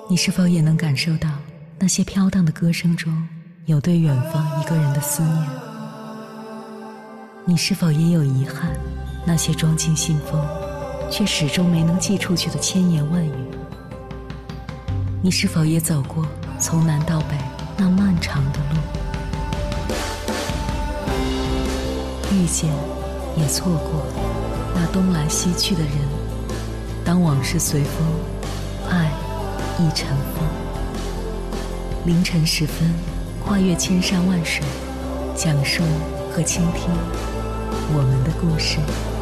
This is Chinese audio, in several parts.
你是否也能感受到那些飘荡的歌声中有对远方一个人的思念？你是否也有遗憾，那些装进信封却始终没能寄出去的千言万语？你是否也走过从南到北那漫长的路？遇见也错过那东来西去的人，当往事随风，爱亦尘封。凌晨时分，跨越千山万水，讲述和倾听我们的故事。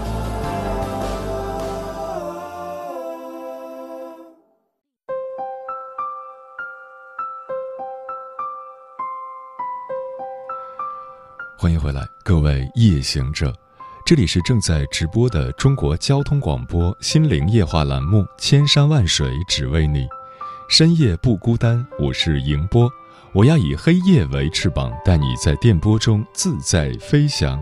欢迎回来，各位夜行者，这里是正在直播的中国交通广播心灵夜话栏目《千山万水只为你》，深夜不孤单，我是迎波，我要以黑夜为翅膀，带你在电波中自在飞翔。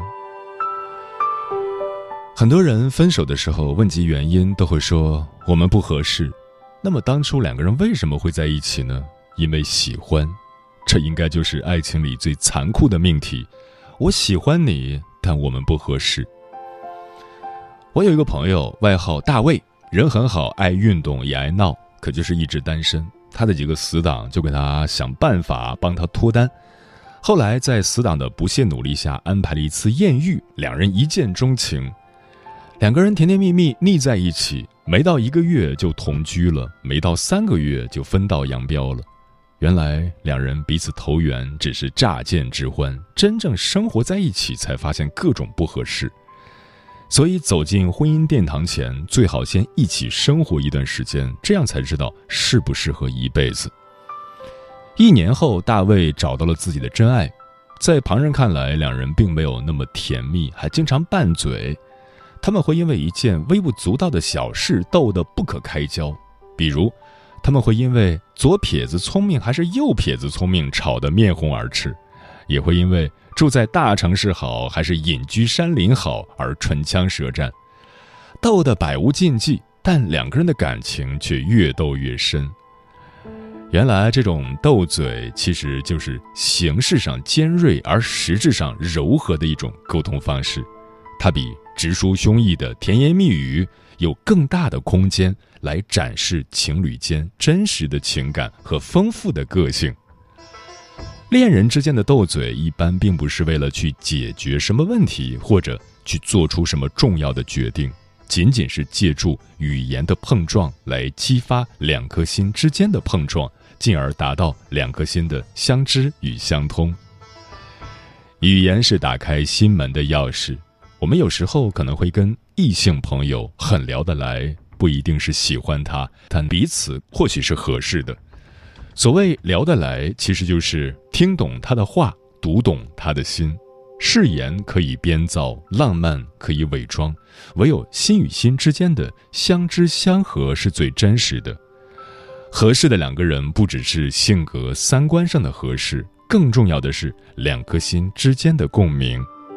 很多人分手的时候问及原因，都会说我们不合适。那么当初两个人为什么会在一起呢？因为喜欢，这应该就是爱情里最残酷的命题。我喜欢你，但我们不合适。我有一个朋友，外号大卫，人很好，爱运动也爱闹，可就是一直单身。他的几个死党就给他想办法帮他脱单。后来在死党的不懈努力下，安排了一次艳遇，两人一见钟情。两个人甜甜蜜蜜腻在一起，没到1个月就同居了，没到3个月就分道扬镳了。原来两人彼此投缘只是乍见之欢，真正生活在一起才发现各种不合适。所以走进婚姻殿堂前，最好先一起生活一段时间，这样才知道适不适合一辈子。1年后，大卫找到了自己的真爱。在旁人看来，两人并没有那么甜蜜，还经常拌嘴。他们会因为一件微不足道的小事斗得不可开交，比如他们会因为左撇子聪明还是右撇子聪明吵得面红耳赤，也会因为住在大城市好还是隐居山林好而唇枪舌战，斗得百无禁忌，但两个人的感情却越斗越深。原来这种斗嘴其实就是形式上尖锐而实质上柔和的一种沟通方式，它比直抒胸臆的甜言蜜语有更大的空间来展示情侣间真实的情感和丰富的个性。恋人之间的斗嘴一般并不是为了去解决什么问题，或者去做出什么重要的决定，仅仅是借助语言的碰撞来激发两颗心之间的碰撞，进而达到两颗心的相知与相通。语言是打开心门的钥匙，我们有时候可能会跟异性朋友很聊得来，不一定是喜欢他，但彼此或许是合适的。所谓聊得来，其实就是听懂他的话，读懂他的心。誓言可以编造，浪漫可以伪装，唯有心与心之间的相知相合是最真实的。合适的两个人不只是性格三观上的合适，更重要的是两颗心之间的共鸣。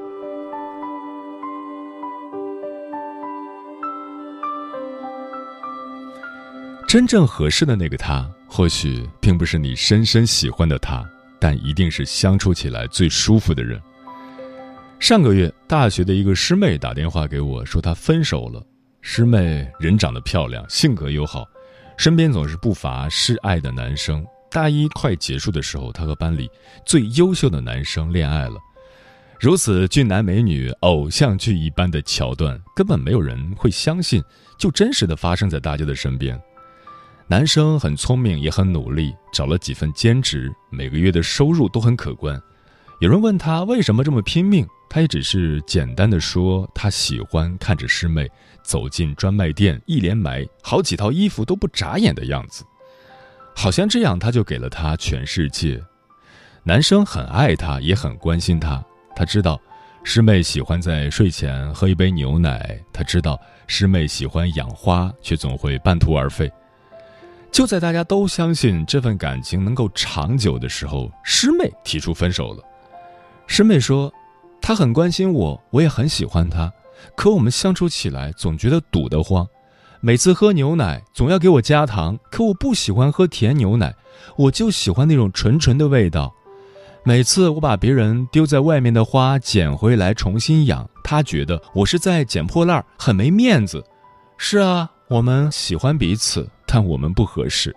真正合适的那个他，或许并不是你深深喜欢的他，但一定是相处起来最舒服的人。上个月，大学的一个师妹打电话给我，说她分手了。师妹人长得漂亮，性格友好，身边总是不乏示爱的男生。大一快结束的时候，她和班里最优秀的男生恋爱了。如此俊男美女、偶像剧一般的桥段，根本没有人会相信，就真实的发生在大家的身边。男生很聪明也很努力，找了几份兼职，每个月的收入都很可观。有人问他为什么这么拼命，他也只是简单的说他喜欢看着师妹走进专卖店，一连买好几套衣服都不眨眼的样子，好像这样他就给了他全世界。男生很爱他，也很关心他，他知道师妹喜欢在睡前喝一杯牛奶，他知道师妹喜欢养花，却总会半途而废。就在大家都相信这份感情能够长久的时候，师妹提出分手了。师妹说，她很关心我，我也很喜欢她，可我们相处起来总觉得堵得慌， 每次喝牛奶总要给我加糖，可我不喜欢喝甜牛奶，我就喜欢那种纯纯的味道。每次我把别人丢在外面的花捡回来重新养，他觉得我是在捡破烂，很没面子。是啊，我们喜欢彼此，但我们不合适。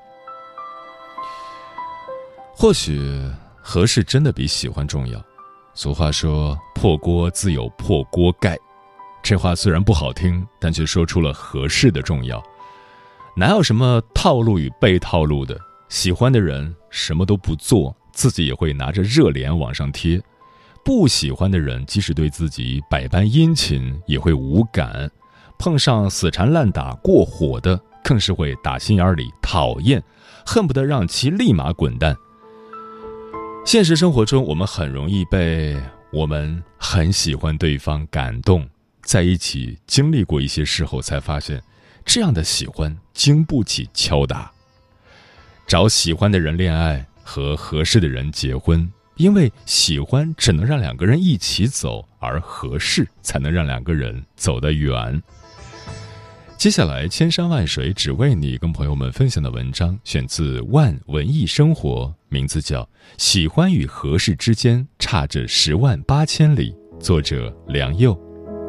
或许合适真的比喜欢重要。俗话说，破锅自有破锅盖。这话虽然不好听，但却说出了合适的重要。哪有什么套路与被套路的？喜欢的人什么都不做，自己也会拿着热脸往上贴；不喜欢的人，即使对自己百般殷勤，也会无感。碰上死缠烂打过火的，更是会打心眼里讨厌，恨不得让其立马滚蛋。现实生活中，我们很容易被我们很喜欢对方感动，在一起经历过一些事后，才发现这样的喜欢经不起敲打。找喜欢的人恋爱，和合适的人结婚，因为喜欢只能让两个人一起走，而合适才能让两个人走得远。接下来，千山万水只为你，跟朋友们分享的文章选自万文艺生活，名字叫《喜欢与合适之间差着108000里》，作者梁佑。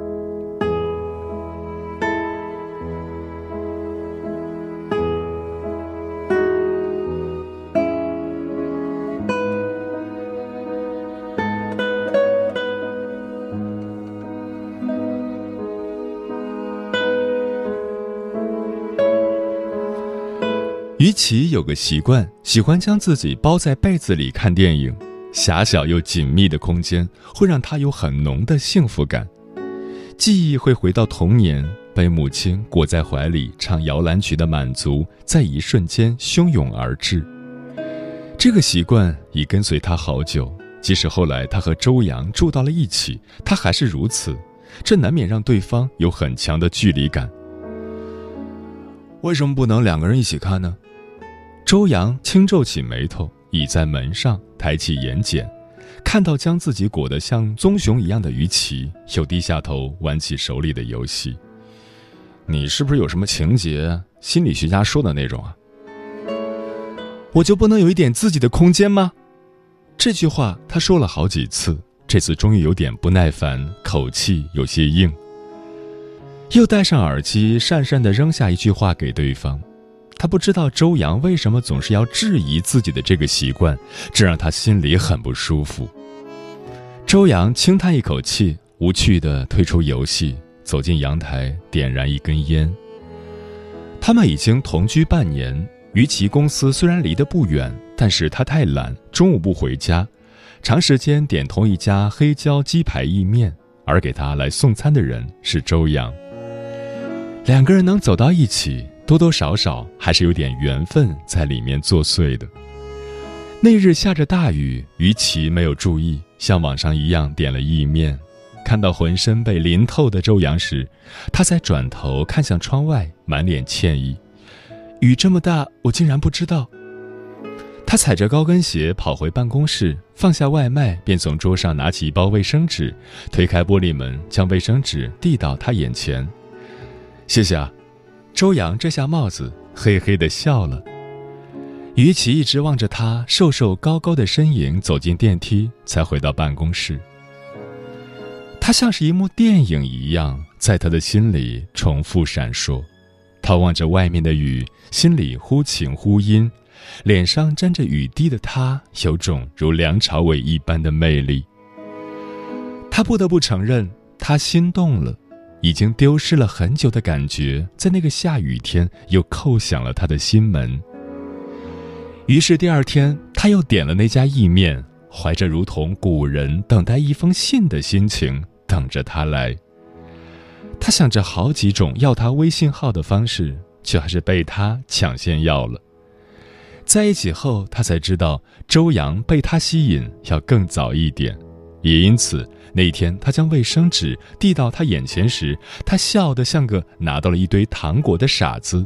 于琦有个习惯，喜欢将自己包在被子里看电影。狭小又紧密的空间会让他有很浓的幸福感。记忆会回到童年，被母亲裹在怀里唱摇篮曲的满足在一瞬间汹涌而至。这个习惯已跟随他好久，即使后来他和周洋住到了一起，他还是如此，这难免让对方有很强的距离感。为什么不能两个人一起看呢？周洋轻皱起眉头，倚在门上，抬起眼睑，看到将自己裹得像棕熊一样的于琦，又低下头玩起手里的游戏。你是不是有什么情节？心理学家说的那种啊？我就不能有一点自己的空间吗？这句话他说了好几次，这次终于有点不耐烦，口气有些硬。又戴上耳机，讪讪地扔下一句话给对方。他不知道周洋为什么总是要质疑自己的这个习惯，这让他心里很不舒服。周洋轻叹一口气，无趣地退出游戏，走进阳台，点燃一根烟。他们已经同居半年，于琦公司虽然离得不远，但是他太懒，中午不回家，长时间点同一家黑椒鸡排意面，而给他来送餐的人是周洋。两个人能走到一起，多多少少还是有点缘分在里面作祟的。那日下着大雨，于琦没有注意，像往常一样点了意面。看到浑身被淋透的周洋时，他才转头看向窗外，满脸歉意。雨这么大，我竟然不知道。他踩着高跟鞋跑回办公室，放下外卖，便从桌上拿起一包卫生纸，推开玻璃门，将卫生纸递到他眼前。谢谢啊。周洋摘下帽子，嘿嘿地笑了。于琦一直望着他瘦瘦高高的身影走进电梯，才回到办公室。他像是一幕电影一样，在他的心里重复闪烁。他望着外面的雨，心里忽晴忽阴，脸上沾着雨滴的他，有种如梁朝伟一般的魅力。他不得不承认，他心动了。已经丢失了很久的感觉，在那个下雨天又叩响了他的心门。于是第二天，他又点了那家意面，怀着如同古人等待一封信的心情，等着他来。他想着好几种要他微信号的方式，却还是被他抢先要了。在一起后，他才知道周洋被他吸引要更早一点，也因此那天他将卫生纸递到他眼前时，他笑得像个拿到了一堆糖果的傻子。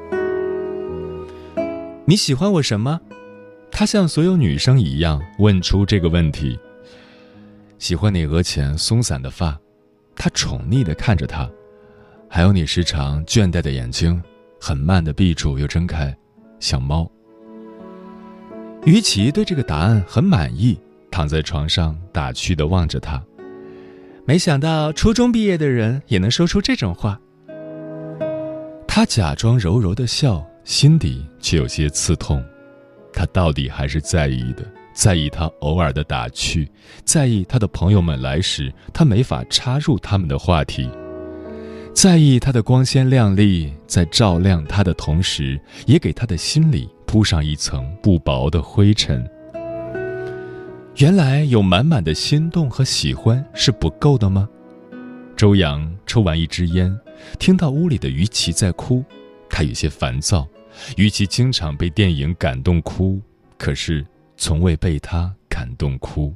你喜欢我什么？他像所有女生一样问出这个问题。喜欢你额前松散的发。他宠溺地看着他，还有你时常倦怠的眼睛， 很慢地闭住又睁开，像猫。于琦对这个答案很满意，躺在床上打趣地望着他。没想到初中毕业的人也能说出这种话。他假装柔柔地笑，心底却有些刺痛。他到底还是在意的，在意他偶尔的打趣，在意他的朋友们来时他没法插入他们的话题，在意他的光鲜亮丽，在照亮他的同时也给他的心里铺上一层不薄的灰尘。原来有满满的心动和喜欢是不够的吗？周扬抽完一支烟，听到屋里的于琦在哭，他有些烦躁。于琦经常被电影感动哭，可是从未被他感动哭。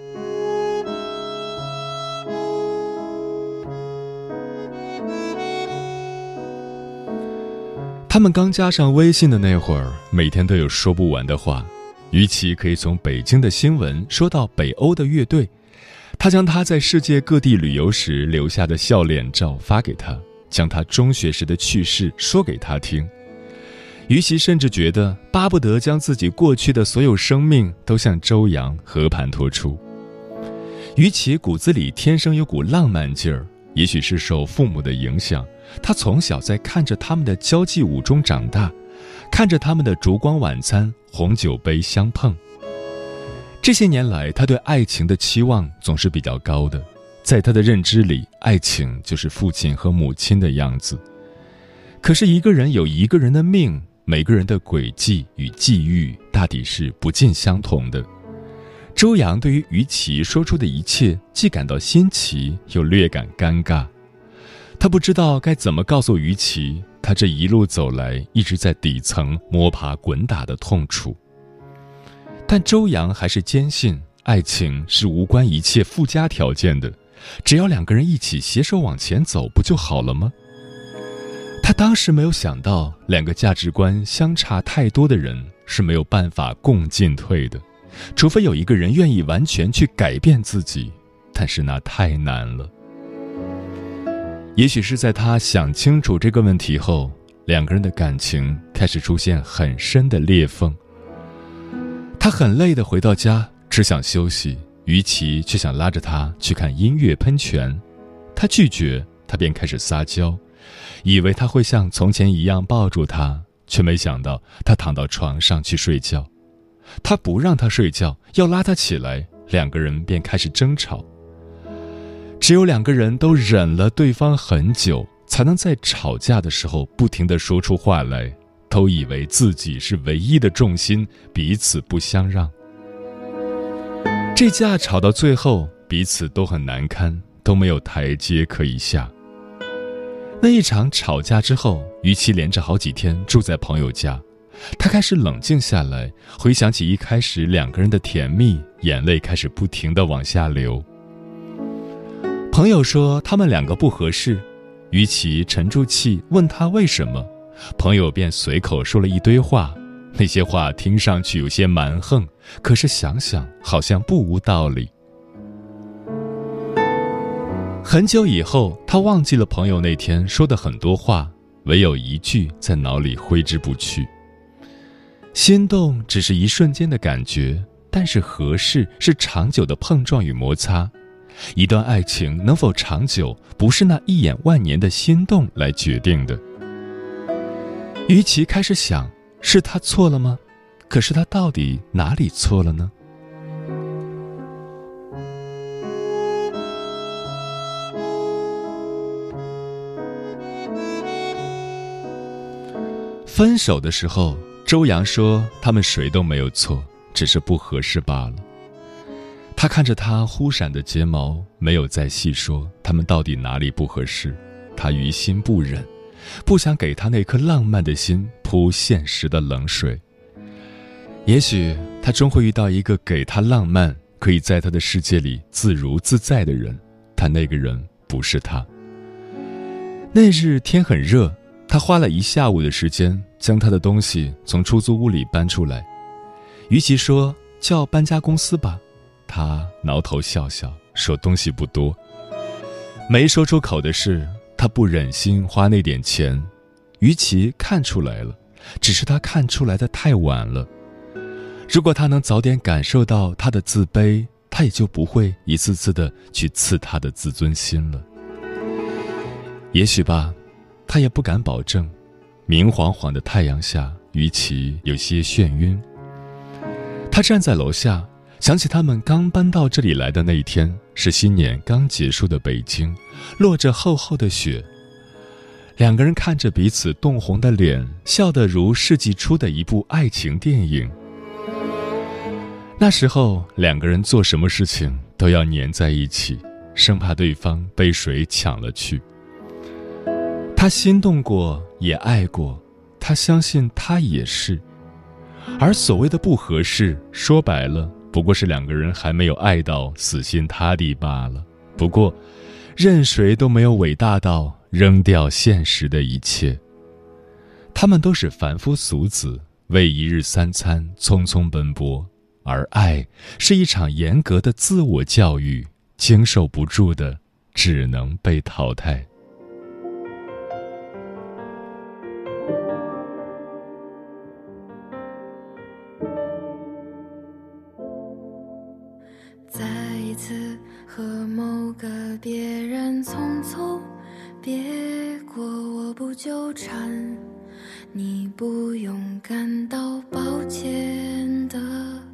他们刚加上微信的那会儿，每天都有说不完的话。于琦可以从北京的新闻说到北欧的乐队，他将他在世界各地旅游时留下的笑脸照发给他，将他中学时的趣事说给他听。于琦甚至觉得巴不得将自己过去的所有生命都向周扬和盘托出。于琦骨子里天生有股浪漫劲儿，也许是受父母的影响，他从小在看着他们的交际舞中长大，看着他们的烛光晚餐，红酒杯相碰。这些年来，他对爱情的期望总是比较高的，在他的认知里，爱情就是父亲和母亲的样子。可是一个人有一个人的命，每个人的轨迹与际遇大抵是不尽相同的。周扬对于于琦说出的一切，既感到新奇，又略感尴尬。他不知道该怎么告诉于琦，他这一路走来一直在底层摸爬滚打的痛楚。但周扬还是坚信，爱情是无关一切附加条件的，只要两个人一起携手往前走，不就好了吗？他当时没有想到，两个价值观相差太多的人是没有办法共进退的，除非有一个人愿意完全去改变自己，但是那太难了。也许是在他想清楚这个问题后，两个人的感情开始出现很深的裂缝。他很累地回到家，只想休息，于琦却想拉着他去看音乐喷泉。他拒绝，他便开始撒娇，以为他会像从前一样抱住他，却没想到他躺到床上去睡觉。他不让他睡觉，要拉他起来，两个人便开始争吵。只有两个人都忍了对方很久，才能在吵架的时候不停地说出话来，都以为自己是唯一的重心，彼此不相让。这架吵到最后，彼此都很难堪，都没有台阶可以下。那一场吵架之后，于琦连着好几天住在朋友家，他开始冷静下来，回想起一开始两个人的甜蜜，眼泪开始不停地往下流。朋友说他们两个不合适，于琦沉住气问他为什么，朋友便随口说了一堆话，那些话听上去有些蛮横，可是想想好像不无道理。很久以后，他忘记了朋友那天说的很多话，唯有一句在脑里挥之不去。心动只是一瞬间的感觉，但是合适是长久的碰撞与摩擦。一段爱情能否长久，不是那一眼万年的心动来决定的。于琦开始想，是他错了吗？可是他到底哪里错了呢？分手的时候，周扬说他们谁都没有错，只是不合适罢了。他看着他忽闪的睫毛，没有再细说他们到底哪里不合适。他于心不忍，不想给他那颗浪漫的心扑现实的冷水。也许他终会遇到一个给他浪漫，可以在他的世界里自如自在的人，但那个人不是他。那日天很热，他花了一下午的时间将他的东西从出租屋里搬出来。于琦说叫搬家公司吧，他挠头笑笑说东西不多。没说出口的是他不忍心花那点钱。 于其看出来了，只是他看出来的太晚了。如果他能早点感受到他的自卑，他也就不会一次次的去刺他的自尊心了。也许吧，他也不敢保证。明晃晃的太阳下，于其有些眩晕。他站在楼下，想起他们刚搬到这里来的那一天，是新年刚结束的北京，落着厚厚的雪。两个人看着彼此冻红的脸，笑得如世纪初的一部爱情电影。那时候，两个人做什么事情都要黏在一起，生怕对方被谁抢了去。他心动过，也爱过，他相信他也是。而所谓的不合适，说白了，不过是两个人还没有爱到死心塌地罢了。不过，任谁都没有伟大到扔掉现实的一切。他们都是凡夫俗子，为一日三餐匆匆奔波，而爱是一场严格的自我教育，经受不住的只能被淘汰。 再一次和某个别人匆匆别过，我不纠缠，你不用感到抱歉的，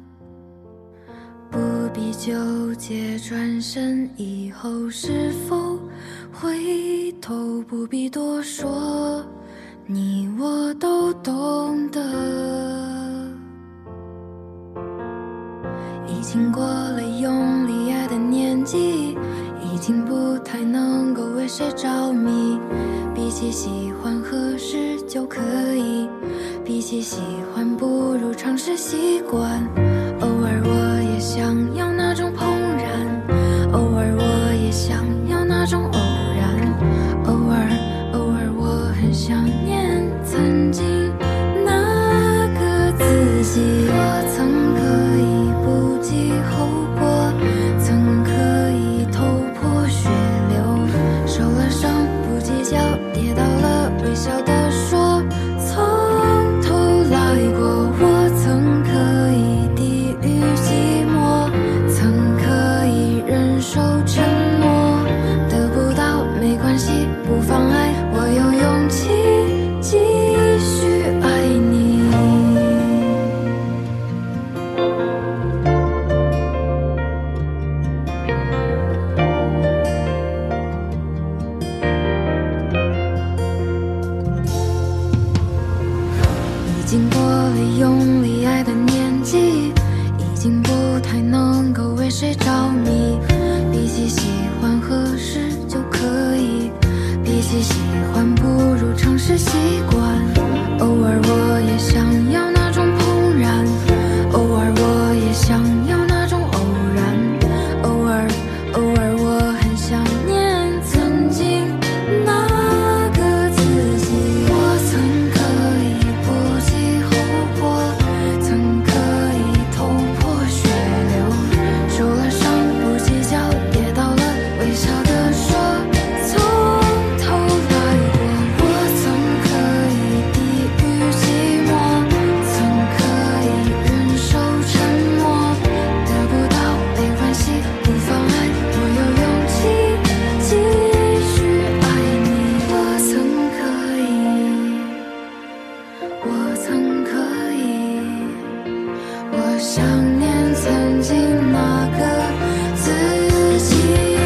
不必纠结转身以后是否回头，不必多说，你我都懂得。已经过了用力爱的年纪，已经不太能够为谁着迷，比起喜欢合适就可以，比起喜欢不如尝试习惯。偶尔我也想要那种怦然，偶尔我也想要那种偶然，偶尔我很想念曾经那个自己。我曾可以不计后果，曾可以头破血流，受了伤不计较，跌倒了微笑地说从头来过。我曾可以抵御寂寞，曾可以忍受沉默，得不到没关系，不妨碍我有勇气继续爱你。已经过了用力爱的年纪，已经不太能够为谁着迷，比起喜欢合适就可以，比起喜欢不如尝试习惯。偶尔我也想要那种怦然，偶尔我也想要那种偶然，偶尔我很想念曾经那个自己。我曾可以不计后果，曾可以头破血流，受了伤不计较，跌倒了微笑地说从头来过。我曾可以抵御寂寞，曾可以忍受沉默，得不到没关系，不妨碍我有勇气继续爱你。我曾可以，我曾可以，我想念曾经那个自己。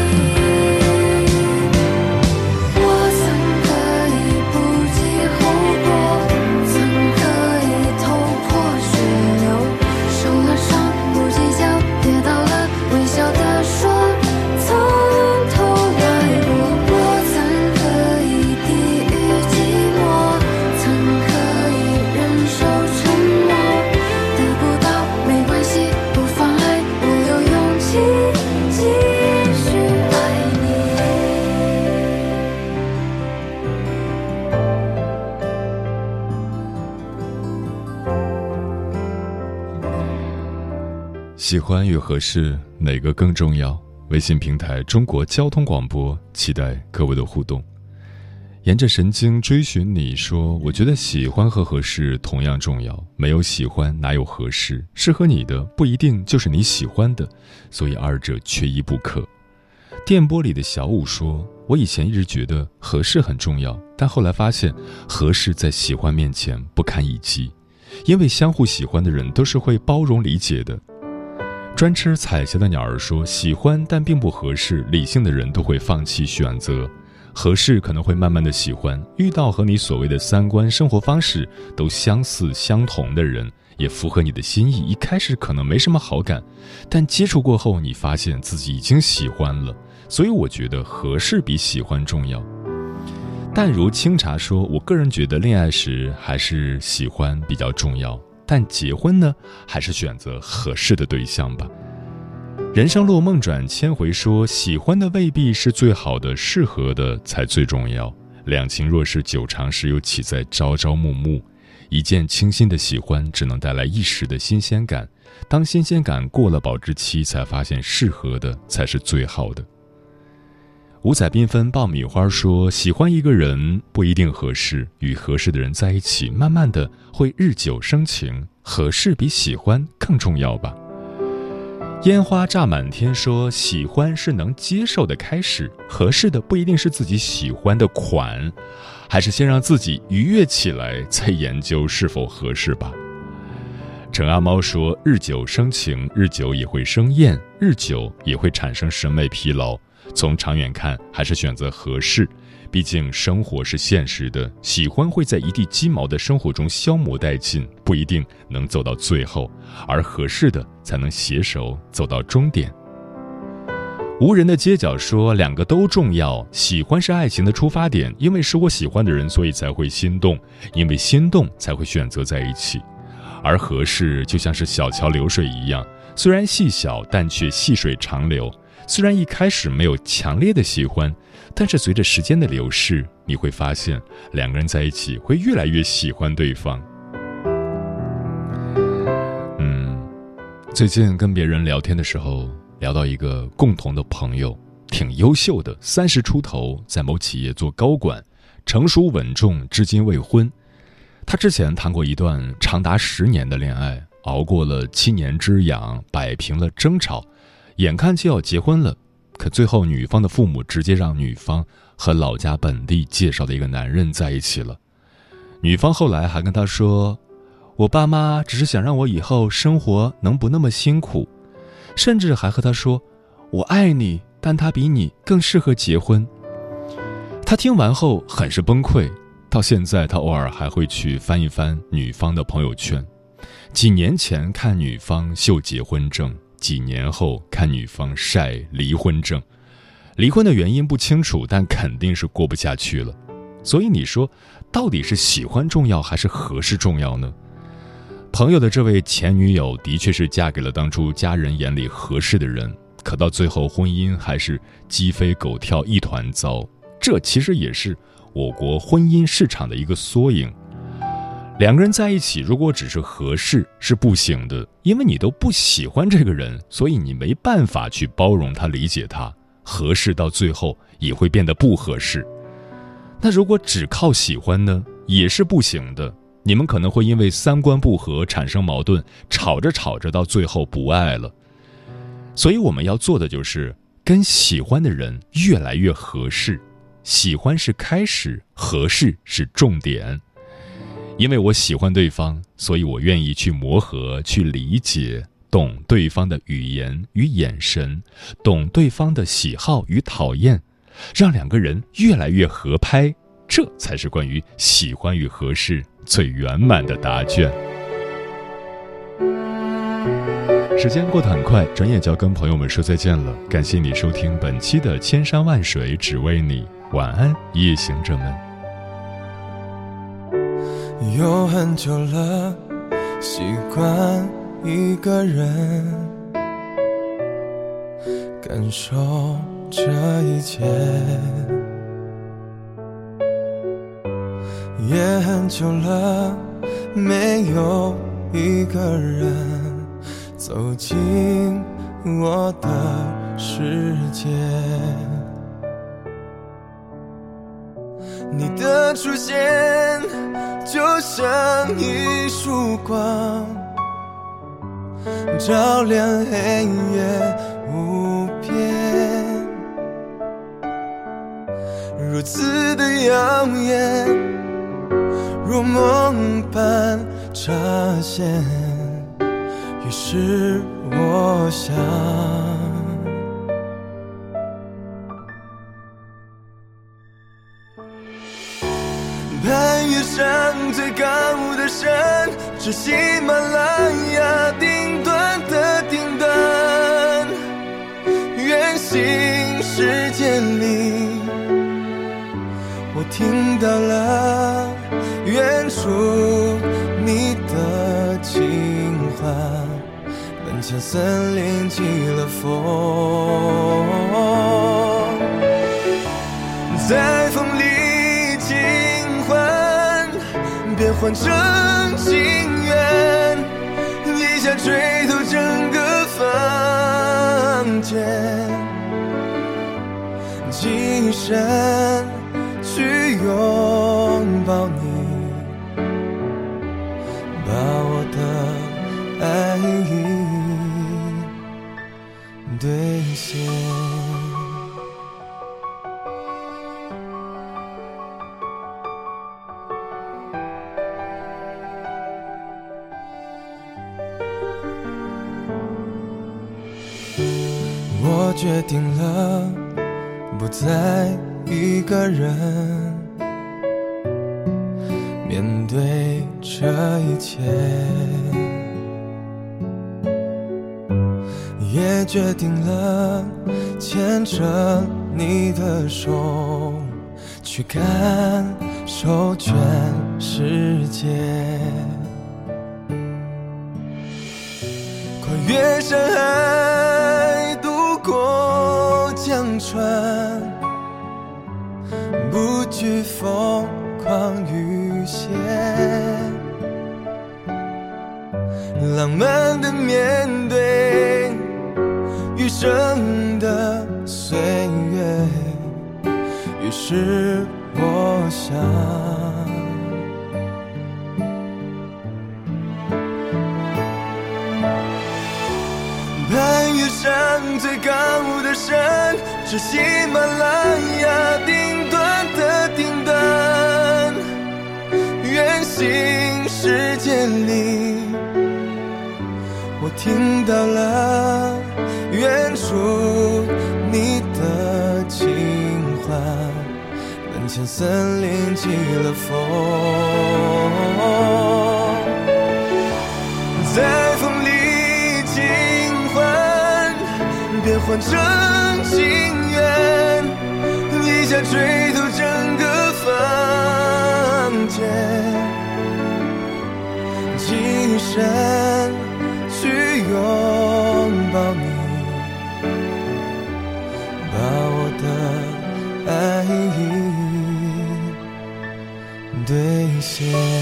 我曾可以不计后果，曾可以头破血流，受了伤不计较，跌倒了微笑地说从头来过。我曾可以抵御寂寞，曾可以忍受沉默，得不到没关系，不妨碍我有勇气继续爱你。 喜欢与合适哪个更重要？微信平台中国交通广播，期待各位的互动。 沿着神经追寻你说，我觉得喜欢和合适同样重要，没有喜欢哪有合适，适合你的不一定就是你喜欢的，所以二者缺一不可。电波里的小五说，我以前一直觉得合适很重要，但后来发现合适在喜欢面前不堪一击，因为相互喜欢的人都是会包容理解的。专吃彩霞的鸟儿说，喜欢但并不合适，理性的人都会放弃选择，合适可能会慢慢的喜欢，遇到和你所谓的三观生活方式都相似相同的人，也符合你的心意，一开始可能没什么好感，但接触过后你发现自己已经喜欢了，所以我觉得合适比喜欢重要。淡如清茶说，我个人觉得恋爱时还是喜欢比较重要，但结婚呢，还是选择合适的对象吧。人生路梦转千回说，喜欢的未必是最好的，适合的才最重要。两情若是久长时，又岂在朝朝暮暮？一见倾心的喜欢只能带来一时的新鲜感，当新鲜感过了保质期，才发现适合的才是最好的。五彩缤纷爆米花说，喜欢一个人不一定合适，与合适的人在一起，慢慢的会日久生情，合适比喜欢更重要吧。烟花炸满天说，喜欢是能接受的开始，合适的不一定是自己喜欢的款，还是先让自己愉悦起来，再研究是否合适吧。陈阿猫说，日久生情，日久也会生厌，日久也会产生审美疲劳，从长远看还是选择合适，毕竟生活是现实的，喜欢会在一地鸡毛的生活中消磨殆尽，不一定能走到最后，而合适的才能携手走到终点。无人的街角说，两个都重要，喜欢是爱情的出发点，因为是我喜欢的人，所以才会心动，因为心动才会选择在一起，而合适就像是小桥流水一样，虽然细小，但却细水长流。虽然一开始没有强烈的喜欢，但是随着时间的流逝，你会发现两个人在一起会越来越喜欢对方。最近跟别人聊天的时候，聊到一个共同的朋友，挺优秀的，30出头，在某企业做高管，成熟稳重，至今未婚。他之前谈过一段长达10年的恋爱，熬过了7年之痒，摆平了争吵，眼看就要结婚了，可最后女方的父母直接让女方和老家本地介绍的一个男人在一起了。女方后来还跟他说，我爸妈只是想让我以后生活能不那么辛苦，甚至还和他说，我爱你，但他比你更适合结婚。他听完后很是崩溃，到现在他偶尔还会去翻一翻女方的朋友圈，几年前看女方秀结婚证，几年后看女方晒离婚证，离婚的原因不清楚，但肯定是过不下去了。所以你说，到底是喜欢重要还是合适重要呢？朋友的这位前女友的确是嫁给了当初家人眼里合适的人，可到最后婚姻还是鸡飞狗跳一团糟，这其实也是我国婚姻市场的一个缩影。两个人在一起如果只是合适是不行的，因为你都不喜欢这个人，所以你没办法去包容他，理解他，合适到最后也会变得不合适。那如果只靠喜欢呢，也是不行的，你们可能会因为三观不合产生矛盾，吵着吵着到最后不爱了。所以我们要做的就是跟喜欢的人越来越合适，喜欢是开始，合适是重点。因为我喜欢对方，所以我愿意去磨合，去理解，懂对方的语言与眼神，懂对方的喜好与讨厌，让两个人越来越合拍，这才是关于喜欢与合适最圆满的答卷。时间过得很快，转眼就要跟朋友们说再见了。感谢你收听本期的千山万水只为你，晚安，夜行者们。 有很久了，习惯一个人感受这一切，也很久了，没有一个人走进我的世界。 你的出现就像一束光，照亮黑夜无边，如此的耀眼，如梦般乍现。于是我想，攀越上最高的山，是喜马拉雅顶端的顶端。远行世界里，我听到了远处你的轻唤，门前森林起了风，在风里轻唤，变换成情缘，一下吹透整个房间，起身去拥抱你，把我的爱意兑现。我决定了，不再一个人面对这一切，也决定了牵着你的手，去感受全世界，跨越山海，渡过江川，不惧疯狂与险，浪漫的面对余生的岁月。于是我想，攀越上最高的山，是喜马拉雅顶端的顶端。远行世界里，我听到了远处你的轻唤，门前森林起了风，在风里轻唤，变换成情缘，一下吹透整个房间，起身去拥抱你，把我的爱意兑现。